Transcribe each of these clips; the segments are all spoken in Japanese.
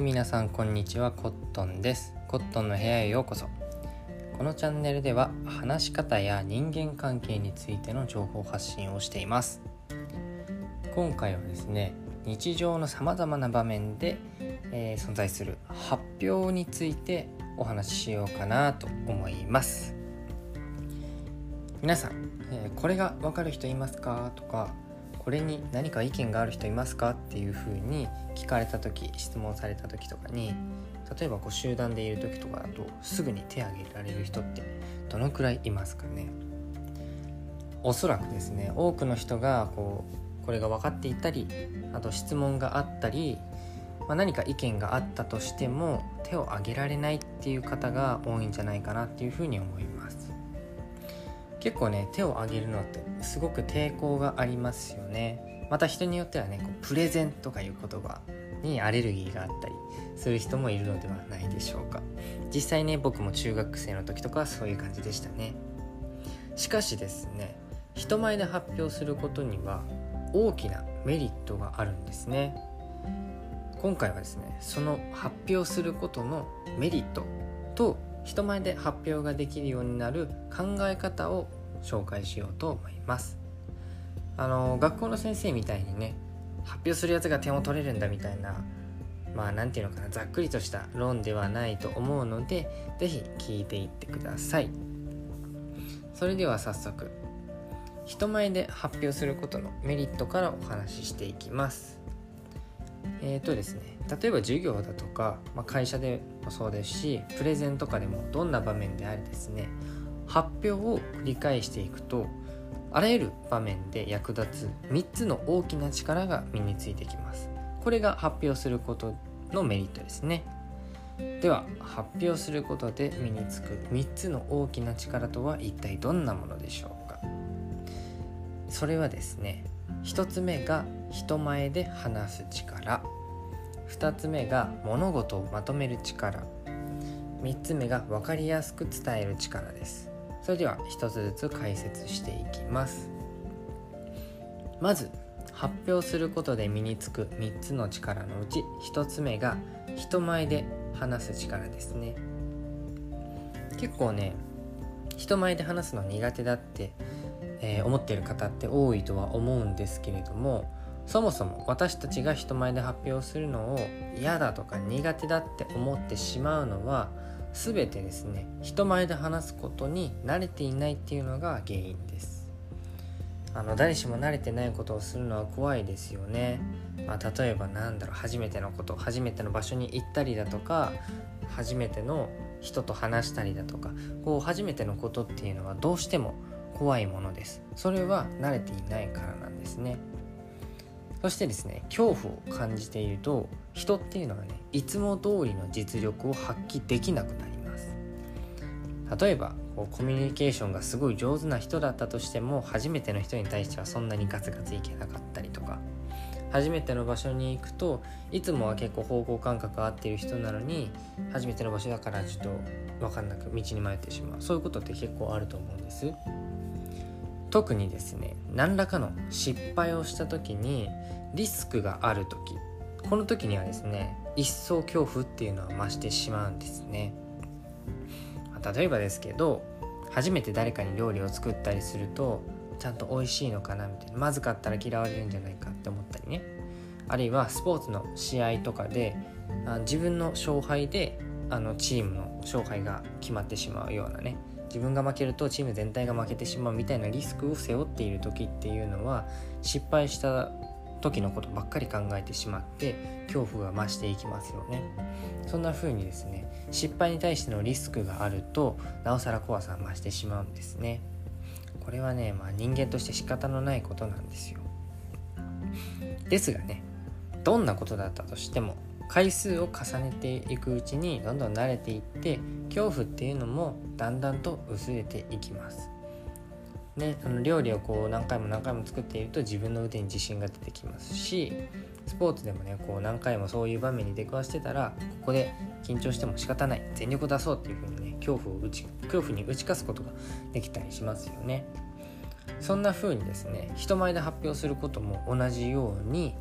皆さんこんにちは、コットンです。コットンの部屋へようこそ。このチャンネルでは話し方や人間関係についての情報発信をしています。今回はですね、日常のさまざまな場面で、存在する発表についてお話ししようかなと思います。皆さん、これがわかる人いますかとか、これに何か意見がある人いますかっていう風に聞かれた時、質問された時とかに、例えば集団でいる時とかだとすぐに手を挙げられる人ってどのくらいいますかね。おそらくですね、多くの人がこれが分かっていたり、あと質問があったり、何か意見があったとしても手を挙げられないっていう方が多いんじゃないかなっていう風に思います。結構ね、手を挙げるのってすごく抵抗がありますよね。また人によってはね、プレゼンとかいう言葉にアレルギーがあったりする人もいるのではないでしょうか。実際ね、僕も中学生の時とかはそういう感じでしたね。しかしですね、人前で発表することには大きなメリットがあるんですね。今回はですね、その発表することのメリットと人前で発表ができるようになる考え方を紹介しようと思います。学校の先生みたいにね、発表するやつが点を取れるんだみたいな、なんていうのかな、ざっくりとした論ではないと思うので、ぜひ聞いていってください。それでは早速、人前で発表することのメリットからお話ししていきます。ですね、例えば授業だとか、会社でもそうですし、プレゼンとかでもどんな場面であれですね、発表を繰り返していくと、あらゆる場面で役立つ3つの大きな力が身についてきます。これが発表することのメリットですね。では、発表することで身につく3つの大きな力とは一体どんなものでしょうか。それはですね、1つ目が人前で話す力、2つ目が物事をまとめる力、3つ目が分かりやすく伝える力です。それでは1つずつ解説していきます。まず発表することで身につく3つの力のうち1つ目が人前で話す力ですね。結構ね、人前で話すの苦手だって思っている方って多いとは思うんですけれども、そもそも私たちが人前で発表するのを嫌だとか苦手だって思ってしまうのは、全てですね、人前で話すことに慣れていないっていうのが原因です。誰しも慣れてないことをするのは怖いですよね。例えば初めてのこと、初めての場所に行ったりだとか、初めての人と話したりだとか、初めてのことっていうのはどうしても怖いものです。それは慣れていないからなんですね。そしてですね、恐怖を感じていると、人っていうのはね、いつも通りの実力を発揮できなくなります。例えばコミュニケーションがすごい上手な人だったとしても、初めての人に対してはそんなにガツガツいけなかったりとか、初めての場所に行くといつもは結構方向感覚が合っている人なのに、初めての場所だからちょっと分かんなく道に迷ってしまう。そういうことって結構あると思うんです。特にですね、何らかの失敗をした時にリスクがある時、この時にはですね、一層恐怖っていうのは増してしまうんですね。例えばですけど、初めて誰かに料理を作ったりすると、ちゃんと美味しいのかなみたいな、まずかったら嫌われるんじゃないかって思ったりね、あるいはスポーツの試合とかで自分の勝敗でチームの勝敗が決まってしまうようなね、自分が負けるとチーム全体が負けてしまうみたいなリスクを背負っている時っていうのは、失敗した時のことばっかり考えてしまって恐怖が増していきますよね。そんな風にですね、失敗に対してのリスクがあると、なおさら怖さが増してしまうんですね。これはね、人間として仕方のないことなんですよ。ですがね、どんなことだったとしても回数を重ねていくうちにどんどん慣れていって、恐怖っていうのもだんだんと薄れていきますね。料理を何回も何回も作っていると自分の腕に自信が出てきますし、スポーツでもね、何回もそういう場面に出くわしてたら、ここで緊張しても仕方ない、全力を出そうっていう風にね、恐怖に打ち勝つことができたりしますよね。そんな風にですね、人前で発表することも同じように、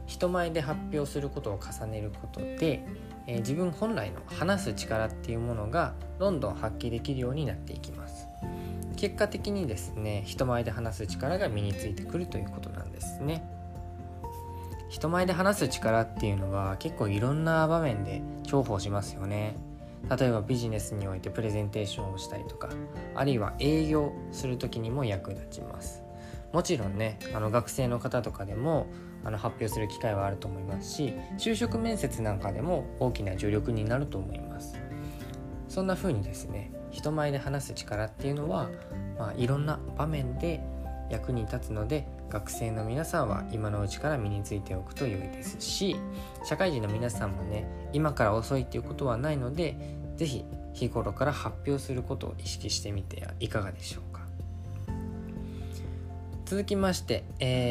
人前で発表することを重ねることで、自分本来の話す力っていうものがどんどん発揮できるようになっていきます。結果的にですね、人前で話す力が身についてくるということなんですね。人前で話す力っていうのは結構いろんな場面で重宝しますよね。例えばビジネスにおいてプレゼンテーションをしたりとか、あるいは営業する時にも役立ちます。もちろんね、学生の方とかでも発表する機会はあると思いますし、就職面接なんかでも大きな助力になると思います。そんな風にですね、人前で話す力っていうのは、いろんな場面で役に立つので、学生の皆さんは今のうちから身についておくと良いですし、社会人の皆さんもね、今から遅いっていうことはないので、ぜひ日頃から発表することを意識してみてはいかがでしょうか。続きまして、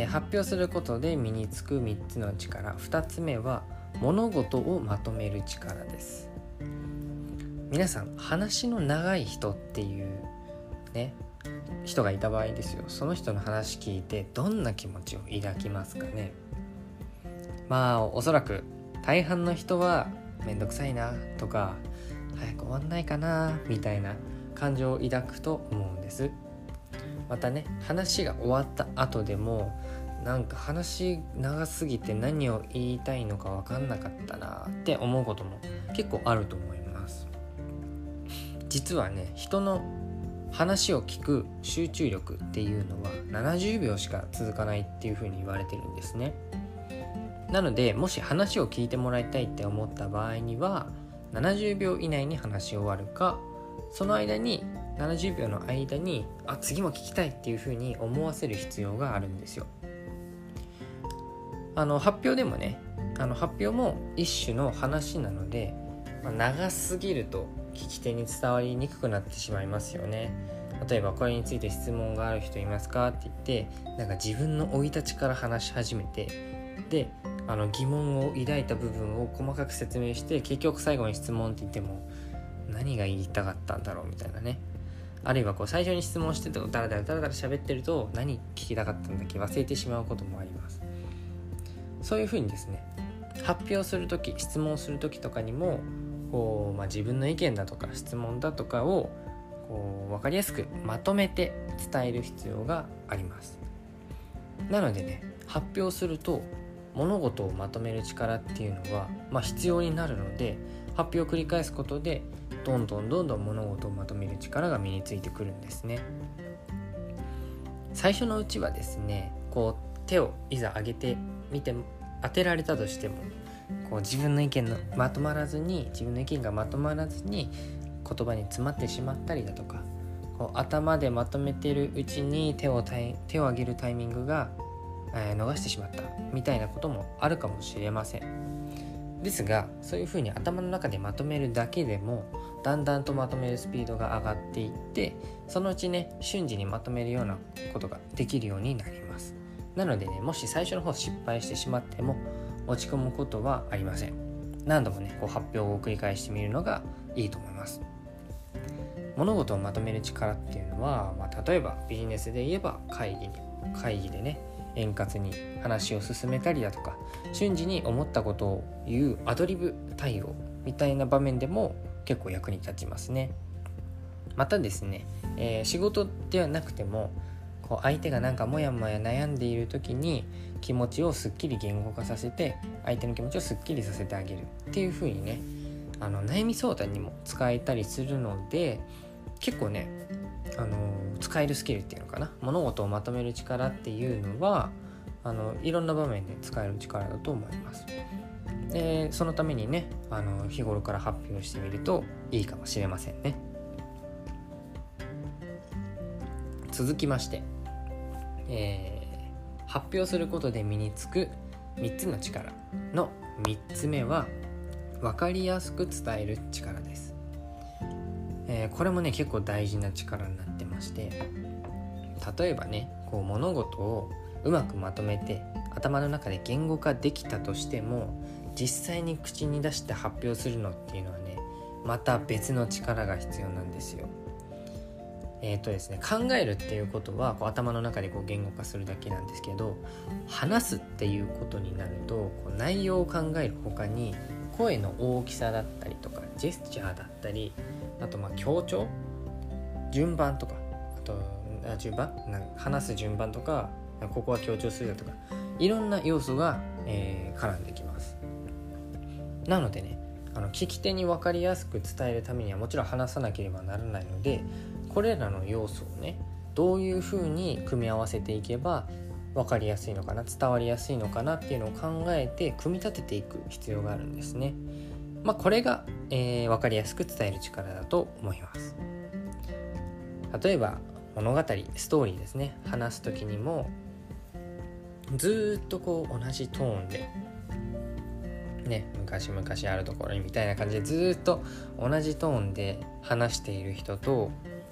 発表することで身につく3つの力。2つ目は物事をまとめる力です。皆さん、話の長い人っていうね、人がいた場合ですよ、その人の話聞いてどんな気持ちを抱きますかね。おそらく大半の人はめんどくさいなとか、早く終わんないかなみたいな感情を抱くと思うんです。またね、話が終わった後でもなんか話長すぎて何を言いたいのか分かんなかったなって思うことも結構あると思います。実はね、人の話を聞く集中力っていうのは70秒しか続かないっていうふうに言われてるんですね。なので、もし話を聞いてもらいたいって思った場合には70秒以内に話し終わるか、その間に70秒の間に次も聞きたいっていうふうに思わせる必要があるんですよ。発表でもね、発表も一種の話なので、長すぎると聞き手に伝わりにくくなってしまいますよね。例えば、これについて質問がある人いますかって言って、なんか自分の生い立ちから話し始めて、で疑問を抱いた部分を細かく説明して、結局最後に質問って言っても何が言いたかったんだろうみたいなね。あるいは最初に質問しててダラダラ喋ってると、何聞きたかったんだっけ忘れてしまうこともあります。そういうふうにですね、発表するとき、質問するときとかにも自分の意見だとか質問だとかを分かりやすくまとめて伝える必要があります。なのでね、発表すると物事をまとめる力っていうのは、必要になるので、発表を繰り返すことでどんどん物事をまとめる力が身についてくるんですね。最初のうちはですね、手をいざ上げてみて当てられたとしても、自分の意見がまとまらずに言葉に詰まってしまったりだとか、頭でまとめているうちに手を挙げるタイミングが逃してしまったみたいなこともあるかもしれません。ですが、そういうふうに頭の中でまとめるだけでもだんだんとまとめるスピードが上がっていって、そのうちね、瞬時にまとめるようなことができるようになります。なのでね、もし最初の方失敗してしまっても落ち込むことはありません。何度もね、発表を繰り返してみるのがいいと思います。物事をまとめる力っていうのは、例えばビジネスで言えば会議でね、円滑に話を進めたりだとか、瞬時に思ったことを言うアドリブ対応みたいな場面でも結構役に立ちますね。またですね、仕事ではなくても相手がなんかモヤモヤ悩んでいる時に気持ちをすっきり言語化させて、相手の気持ちをすっきりさせてあげるっていう風にね、悩み相談にも使えたりするので、結構ね、使えるスキルっていうのかな、物事をまとめる力っていうのはいろんな場面で使える力だと思います。で、そのためにね、日頃から発表してみるといいかもしれませんね。続きまして、発表することで身につく3つの力の3つ目は分かりやすく伝える力です。これもね、結構大事な力になってまして、例えばね、物事をうまくまとめて頭の中で言語化できたとしても、実際に口に出して発表するのっていうのはね、また別の力が必要なんですよ。 ですね、考えるっていうことは頭の中で言語化するだけなんですけど、話すっていうことになると内容を考える他に声の大きさだったりとかジェスチャーだったり、あと強調、順番とか、話す順番とか、ここは強調するだとか、いろんな要素が、絡んできます。なのでね、聞き手に分かりやすく伝えるためにはもちろん話さなければならないので、これらの要素をね、どういうふうに組み合わせていけば分かりやすいのかな、伝わりやすいのかなっていうのを考えて組み立てていく必要があるんですね。これが、分かりやすく伝える力だと思います。例えば物語、ストーリーですね、話す時にもずっと同じトーンでね、昔々あるところにみたいな感じでずっと同じトーンで話している人と、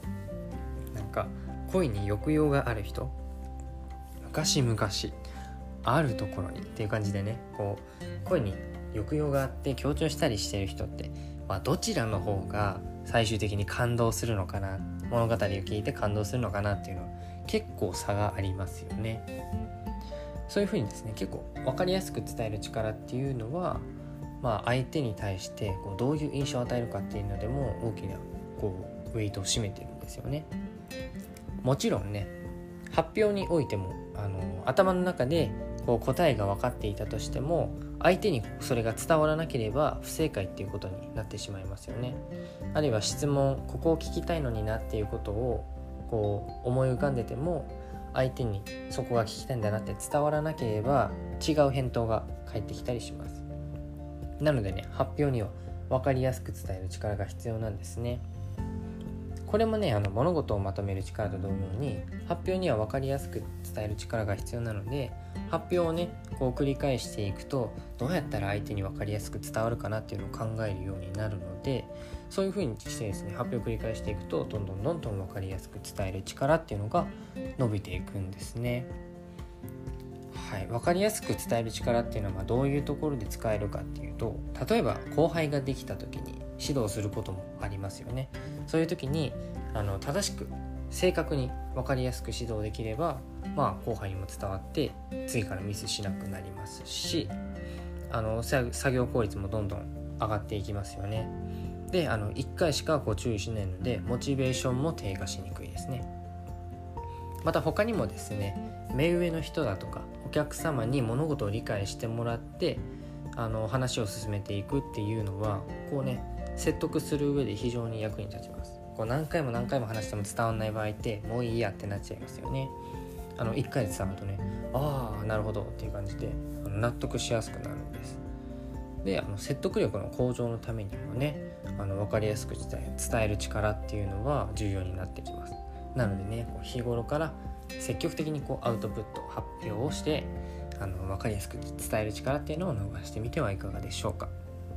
声に抑揚がある人、昔々あるところにっていう感じでね、声に抑揚があって強調したりしている人って、どちらの方が最終的に感動するのかな、物語を聞いて感動するのかなっていうのは結構差がありますよね。そういうふうにですね、結構分かりやすく伝える力っていうのは、相手に対してどういう印象を与えるかっていうのでも大きなウェイトを占めてるんですよね。もちろんね、発表においても頭の中で答えが分かっていたとしても、相手にそれが伝わらなければ不正解っていうことになってしまいますよね。あるいは質問、ここを聞きたいのになっていうことを思い浮かんでても、相手にそこが聞きたいんだなって伝わらなければ違う返答が返ってきたりします。なのでね、発表には分かりやすく伝える力が必要なんですね。これもね、物事をまとめる力と同様に、発表には分かりやすく伝える力が必要なので、発表をね繰り返していくと、どうやったら相手に分かりやすく伝わるかなっていうのを考えるようになるので、そういう風にしてですね、発表を繰り返していくとどんどん分かりやすく伝える力っていうのが伸びていくんですね。はい、分かりやすく伝える力っていうのはどういうところで使えるかっていうと、例えば後輩ができた時に指導することもありますよね。そういう時に正しく正確に分かりやすく指導できれば、後輩にも伝わって次からミスしなくなりますし、作業効率もどんどん上がっていきますよね。で、1回しか注意しないのでモチベーションも低下しにくいですね。また他にもですね、目上の人だとかお客様に物事を理解してもらって話を進めていくっていうのは説得する上で非常に役に立ちます。何回も話しても伝わらない場合ってもういいやってなっちゃいますよね。1回で伝わるとね、なるほどっていう感じで納得しやすくなるんです。で、説得力の向上のためにもね、分かりやすく伝える力っていうのは重要になってきます。なのでね、日頃から積極的にアウトプット発表をして分かりやすく伝える力っていうのを伸ばしてみてはいかがでしょうか。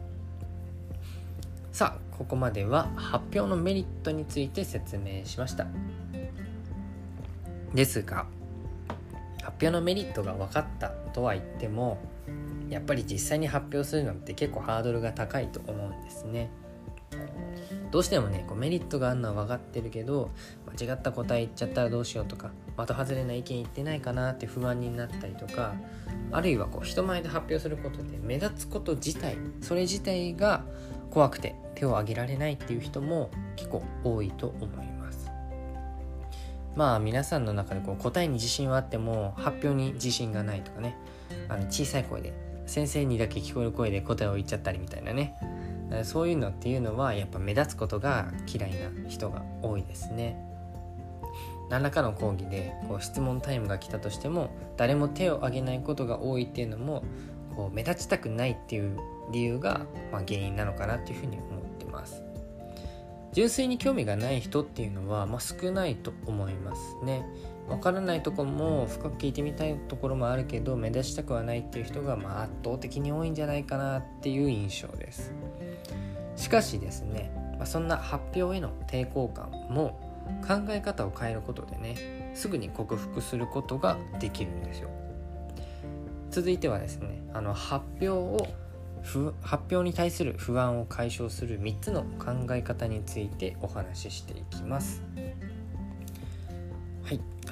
さあ、ここまでは発表のメリットについて説明しました。ですが、発表のメリットが分かったとは言っても、やっぱり実際に発表するのって結構ハードルが高いと思うんですね。どうしてもね、メリットがあるのは分かってるけど、間違った答え言っちゃったらどうしようとか、的外れな意見言ってないかなって不安になったりとか、あるいは人前で発表することで目立つこと自体、それ自体が怖くて手を挙げられないっていう人も結構多いと思います。皆さんの中で答えに自信はあっても発表に自信がないとかね、小さい声で先生にだけ聞こえる声で答えを言っちゃったりみたいなね、そういうのっていうのはやっぱ目立つことが嫌いな人が多いですね。何らかの講義で質問タイムが来たとしても誰も手を挙げないことが多いっていうのも目立ちたくないっていう理由が原因なのかなっていうふうに思ってます。純粋に興味がない人っていうのは少ないと思いますね。わからないところも深く聞いてみたいところもあるけど目立ちたくはないっていう人が圧倒的に多いんじゃないかなっていう印象です。しかしですね、そんな発表への抵抗感も考え方を変えることでね、すぐに克服することができるんですよ。続いてはですね、発表に対する不安を解消する3つの考え方についてお話ししていきます。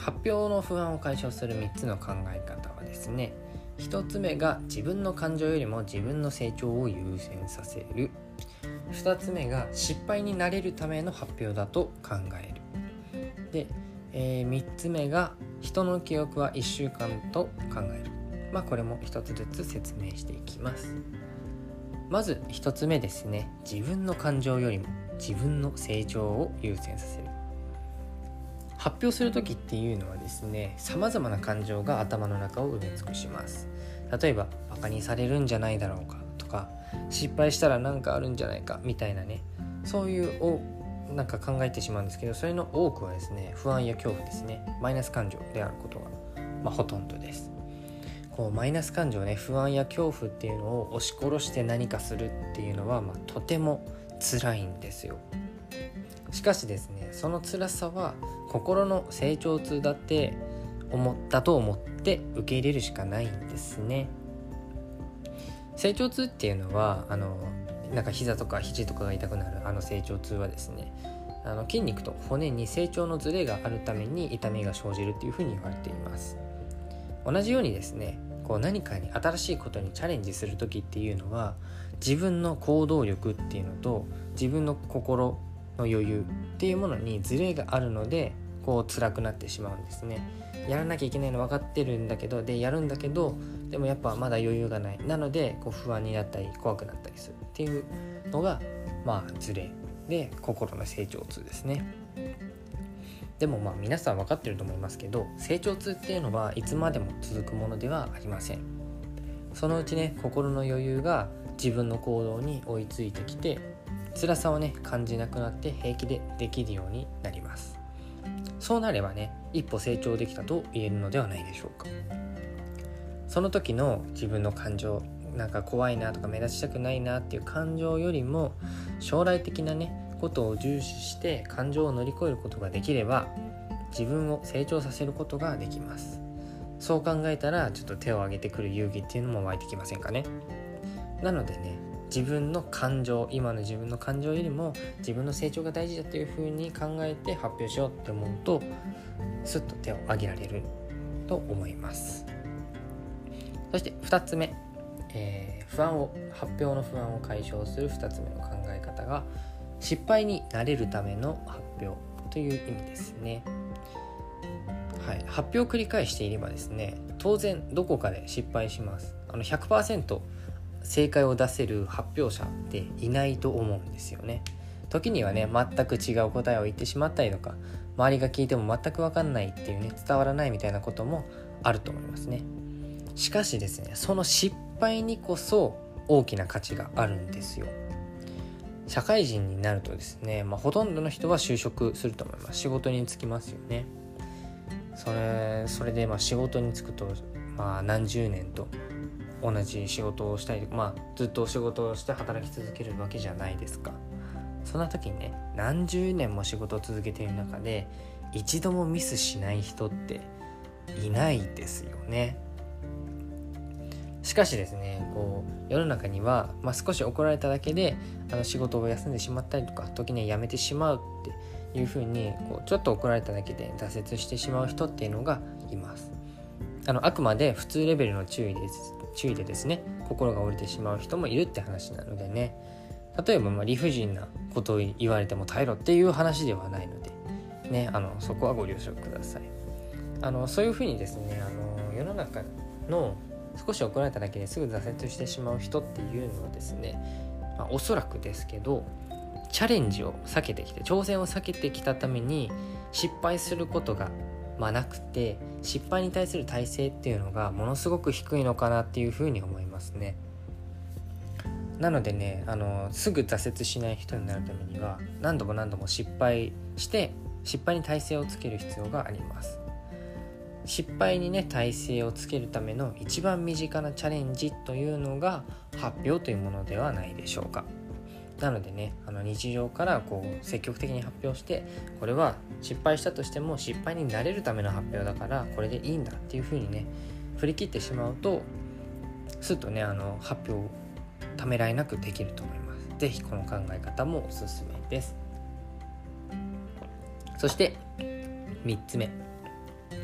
発表の不安を解消する3つの考え方はですね、1つ目が自分の感情よりも自分の成長を優先させる。2つ目が失敗になれるための発表だと考える。で、3つ目が人の記憶は1週間と考える。これも1つずつ説明していきます。まず1つ目ですね、自分の感情よりも自分の成長を優先させる。発表する時っていうのはですね、様々な感情が頭の中を埋め尽くします。例えばバカにされるんじゃないだろうかとか、失敗したら何かあるんじゃないかみたいなね、そういう考えてしまうんですけど、それの多くはですね、不安や恐怖ですね、マイナス感情であることが、ほとんどです。マイナス感情ね、不安や恐怖っていうのを押し殺して何かするっていうのは、とても辛いんですよ。しかしですね、その辛さは心の成長痛だって思って受け入れるしかないんですね。成長痛っていうのは膝とか肘とかが痛くなる成長痛はですね、筋肉と骨に成長のズレがあるために痛みが生じるっていうふうに言われています。同じようにですね、何かに新しいことにチャレンジする時っていうのは、自分の行動力っていうのと自分の心の余裕っていうものにズレがあるので辛くなってしまうんですね。やらなきゃいけないの分かってるんだけど、やるんだけど、でもやっぱまだ余裕がない。なので不安になったり怖くなったりするっていうのがズレで心の成長痛ですね。でも皆さん分かってると思いますけど、成長痛っていうのはいつまでも続くものではありません。そのうちね、心の余裕が自分の行動に追いついてきて、辛さをね感じなくなって平気でできるようになります。そうなればね、一歩成長できたと言えるのではないでしょうか。その時の自分の感情、怖いなとか目立ちたくないなっていう感情よりも、将来的なねことを重視して感情を乗り越えることができれば、自分を成長させることができます。そう考えたら、ちょっと手を挙げてくる勇気っていうのも湧いてきませんかね。なのでね、自分の感情、今の自分の感情よりも自分の成長が大事だというふうに考えて発表しようって思うと、スッと手を挙げられると思います。そして2つ目、発表の不安を解消する2つ目の考え方が、失敗になれるための発表という意味ですね。発表を繰り返していればですね、当然どこかで失敗します。100% 正解を出せる発表者っていないと思うんですよね。時にはね、全く違う答えを言ってしまったりとか、周りが聞いても全く分かんないっていうね、伝わらないみたいなこともあると思いますね。しかしですね、その失敗にこそ大きな価値があるんですよ。社会人になるとですね、ほとんどの人は就職すると思います。仕事に就きますよね。それで仕事に就くと何十年と同じ仕事をしたり、ずっと仕事をして働き続けるわけじゃないですか。そんな時にね、何十年も仕事を続けている中で一度もミスしない人っていないですよね。しかしですね、世の中には、少し怒られただけで仕事を休んでしまったりとか、時には辞めてしまうっていう風にちょっと怒られただけで挫折してしまう人っていうのがいます。あくまで普通レベルの注意でですね、心が折れてしまう人もいるって話なのでね、例えば理不尽なことを言われても耐えろっていう話ではないのでね、そこはご了承ください。そういう風にですね、世の中の少し怒られただけですぐ挫折してしまう人っていうのはですね、おそらくですけど、チャレンジを避けてきて、挑戦を避けてきたために失敗することがなくて、失敗に対する耐性っていうのがものすごく低いのかなっていうふうに思いますね。なのでね、すぐ挫折しない人になるためには、何度も失敗して失敗に耐性をつける必要があります。失敗にね耐性をつけるための一番身近なチャレンジというのが発表というものではないでしょうか。なのでね、日常から積極的に発表して、これは失敗したとしても失敗になれるための発表だからこれでいいんだっていう風にね振り切ってしまうと、すっとね発表をためらいなくできると思います。ぜひこの考え方もおすすめです。そして3つ目、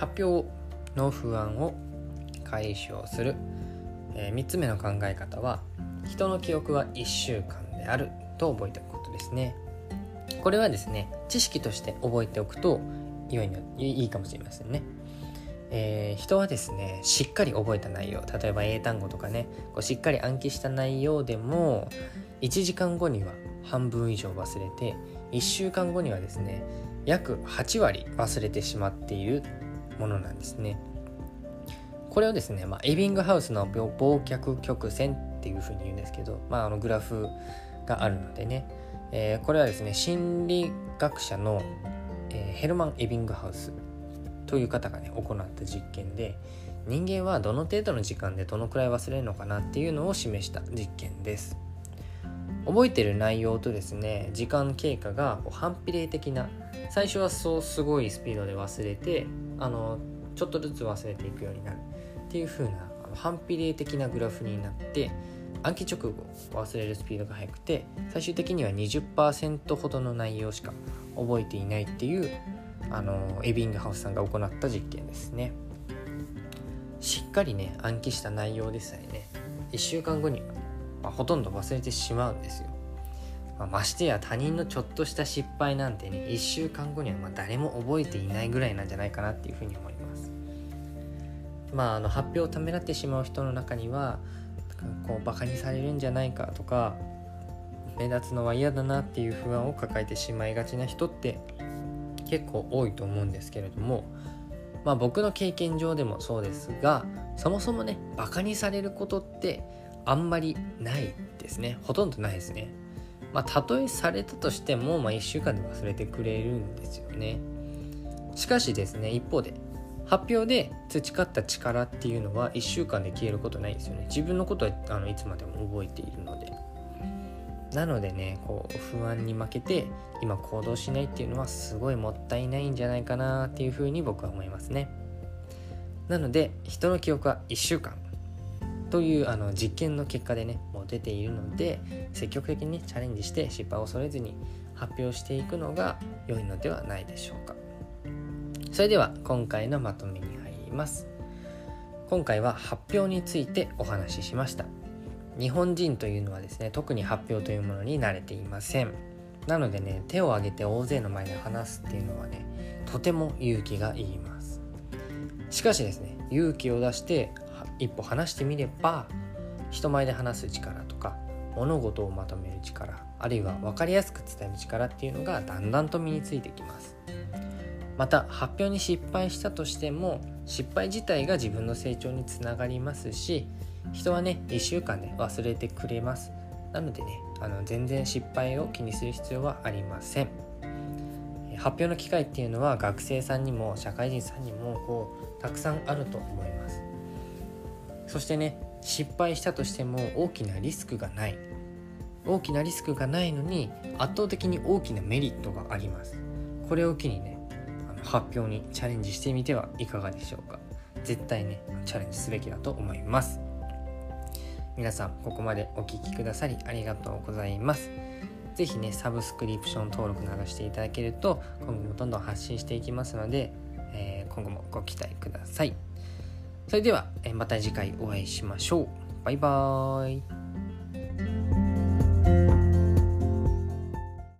発表の不安を解消する、3つ目の考え方は、人の記憶は1週間であると覚えておくことですね。これはですね、知識として覚えておくといいかもしれませんね。人はですね、しっかり覚えた内容、例えば英単語とかね、しっかり暗記した内容でも1時間後には半分以上忘れて、1週間後にはですね、約8割忘れてしまっているものなんですね。これをですね、エビングハウスの忘却曲線っていうふうに言うんですけど、グラフがあるのでね、これはですね、心理学者の、ヘルマン・エビングハウスという方がね行った実験で、人間はどの程度の時間でどのくらい忘れるのかなっていうのを示した実験です。覚えてる内容とですね、時間経過が反比例的な、最初はすごいスピードで忘れて、ちょっとずつ忘れていくようになるっていう風な反比例的なグラフになって、暗記直後忘れるスピードが速くて、最終的には 20% ほどの内容しか覚えていないっていうエビングハウスさんが行った実験ですね。しっかりね暗記した内容でさえね、1週間後には、ほとんど忘れてしまうんですよ。ましてや他人のちょっとした失敗なんてね、1週間後には誰も覚えていないぐらいなんじゃないかなっていうふうに思います。発表をためらってしまう人の中には、バカにされるんじゃないかとか、目立つのは嫌だなっていう不安を抱えてしまいがちな人って結構多いと思うんですけれども、僕の経験上でもそうですが、そもそもねバカにされることってあんまりないですね。ほとんどないですね。たとえされたとしても、1週間で忘れてくれるんですよね。しかしですね、一方で発表で培った力っていうのは1週間で消えることないんですよね。自分のことはいつまでも覚えているので。なのでね、不安に負けて今行動しないっていうのはすごいもったいないんじゃないかなっていうふうに僕は思いますね。なので、人の記憶は1週間という実験の結果でねもう出ているので、積極的にチャレンジして失敗を恐れずに発表していくのが良いのではないでしょうか。それでは今回のまとめに入ります。今回は発表についてお話ししました。日本人というのはですね、特に発表というものに慣れていません。なのでね、手を挙げて大勢の前で話すっていうのはね、とても勇気がいります。しかしですね、勇気を出して一歩話してみれば、人前で話す力とか、物事をまとめる力、あるいは分かりやすく伝える力っていうのがだんだんと身についてきます。また発表に失敗したとしても、失敗自体が自分の成長につながりますし、人はね1週間で忘れてくれます。なのでね、全然失敗を気にする必要はありません。発表の機会っていうのは学生さんにも社会人さんにもたくさんあると思います。そしてね、失敗したとしても大きなリスクがないのに圧倒的に大きなメリットがあります。これを機にね、発表にチャレンジしてみてはいかがでしょうか。絶対ねチャレンジすべきだと思います。皆さんここまでお聞きくださりありがとうございます。ぜひねサブスクリプション登録などしていただけると今後もどんどん発信していきますので、今後もご期待ください。それではまた次回お会いしましょう。バイバーイ。